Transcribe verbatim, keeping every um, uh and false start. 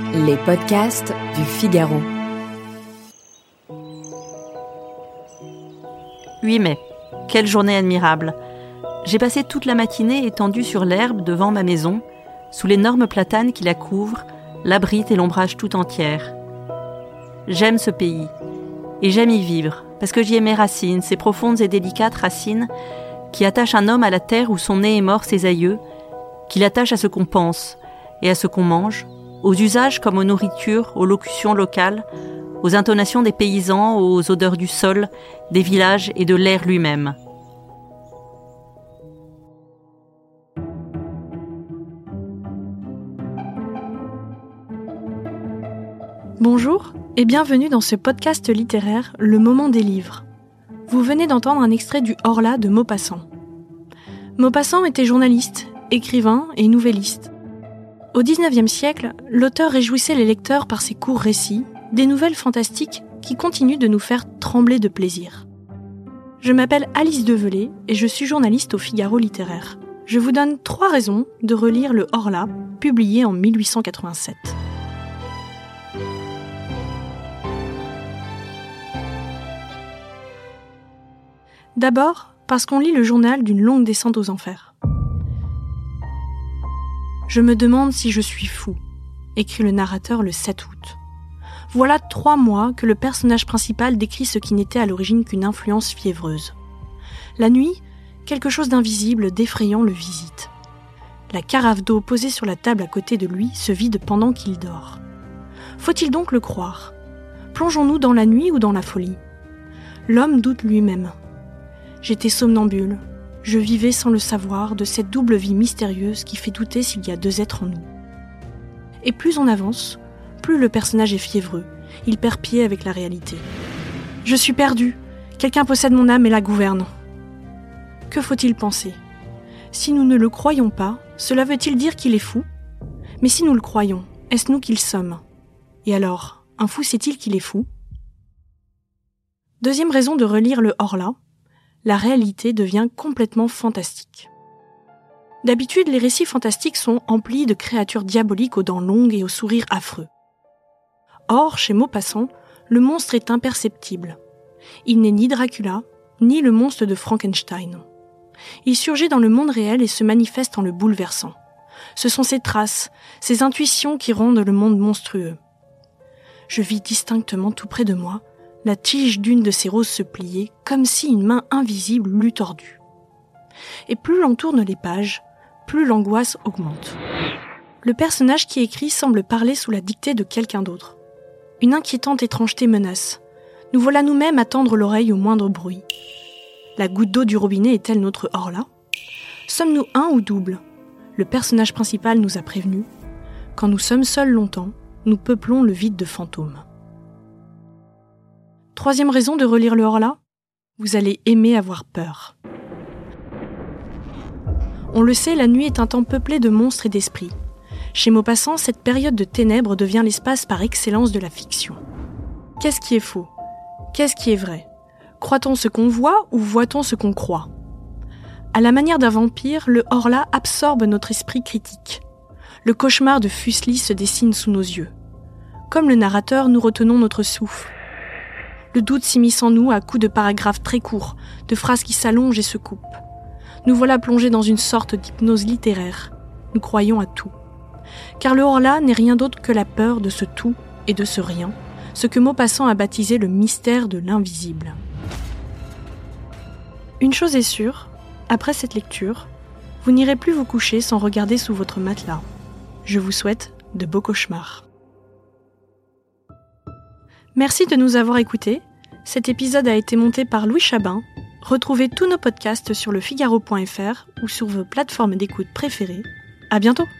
Les podcasts du Figaro. huit mai. Quelle journée admirable. J'ai passé toute la matinée étendue sur l'herbe devant ma maison, sous l'énorme platane qui la couvre, l'abrite et l'ombrage tout entière. J'aime ce pays, et j'aime y vivre, parce que j'y ai mes racines, ces profondes et délicates racines qui attachent un homme à la terre où sont nés et morts ses aïeux, qui l'attachent à ce qu'on pense et à ce qu'on mange, aux usages comme aux nourritures, aux locutions locales, aux intonations des paysans, aux odeurs du sol, des villages et de l'air lui-même. Bonjour et bienvenue dans ce podcast littéraire Le Moment des livres. Vous venez d'entendre un extrait du Horla de Maupassant. Maupassant était journaliste, écrivain et nouvelliste. Au dix-neuvième siècle, l'auteur réjouissait les lecteurs par ses courts récits, des nouvelles fantastiques qui continuent de nous faire trembler de plaisir. Je m'appelle Alice Develay et je suis journaliste au Figaro littéraire. Je vous donne trois raisons de relire le Horla, publié en mille huit cent quatre-vingt-sept. D'abord, parce qu'on lit le journal d'une longue descente aux enfers. Je me demande si je suis fou, écrit le narrateur le sept août. Voilà trois mois que le personnage principal décrit ce qui n'était à l'origine qu'une influence fiévreuse. La nuit, quelque chose d'invisible, d'effrayant le visite. La carafe d'eau posée sur la table à côté de lui se vide pendant qu'il dort. Faut-il donc le croire ? Plongeons-nous dans la nuit ou dans la folie ? L'homme doute lui-même. J'étais somnambule. Je vivais sans le savoir de cette double vie mystérieuse qui fait douter s'il y a deux êtres en nous. Et plus on avance, plus le personnage est fiévreux. Il perd pied avec la réalité. Je suis perdu. Quelqu'un possède mon âme et la gouverne. Que faut-il penser ? Si nous ne le croyons pas, cela veut-il dire qu'il est fou ? Mais si nous le croyons, est-ce nous qui le sommes ? Et alors, un fou sait-il qu'il est fou ? Deuxième raison de relire le Horla, la réalité devient complètement fantastique. D'habitude, les récits fantastiques sont emplis de créatures diaboliques aux dents longues et aux sourires affreux. Or, chez Maupassant, le monstre est imperceptible. Il n'est ni Dracula, ni le monstre de Frankenstein. Il surgit dans le monde réel et se manifeste en le bouleversant. Ce sont ses traces, ses intuitions qui rendent le monde monstrueux. Je vis distinctement tout près de moi la tige d'une de ces roses se plier, comme si une main invisible l'eût tordue. Et plus l'on tourne les pages, plus l'angoisse augmente. Le personnage qui écrit semble parler sous la dictée de quelqu'un d'autre. Une inquiétante étrangeté menace. Nous voilà nous-mêmes à tendre l'oreille au moindre bruit. La goutte d'eau du robinet est-elle notre Horla ? Sommes-nous un ou double ? Le personnage principal nous a prévenus. Quand nous sommes seuls longtemps, nous peuplons le vide de fantômes. Troisième raison de relire le Horla, vous allez aimer avoir peur. On le sait, la nuit est un temps peuplé de monstres et d'esprits. Chez Maupassant, cette période de ténèbres devient l'espace par excellence de la fiction. Qu'est-ce qui est faux ? Qu'est-ce qui est vrai ? Croit-on ce qu'on voit ou voit-on ce qu'on croit ? À la manière d'un vampire, le Horla absorbe notre esprit critique. Le cauchemar de Fuseli se dessine sous nos yeux. Comme le narrateur, nous retenons notre souffle. Le doute s'immisce en nous à coups de paragraphes très courts, de phrases qui s'allongent et se coupent. Nous voilà plongés dans une sorte d'hypnose littéraire. Nous croyons à tout. Car le Horla n'est rien d'autre que la peur de ce tout et de ce rien, ce que Maupassant a baptisé le mystère de l'invisible. Une chose est sûre, après cette lecture, vous n'irez plus vous coucher sans regarder sous votre matelas. Je vous souhaite de beaux cauchemars. Merci de nous avoir écoutés. Cet épisode a été monté par Louis Chabin. Retrouvez tous nos podcasts sur le figaro point f r ou sur vos plateformes d'écoute préférées. À bientôt!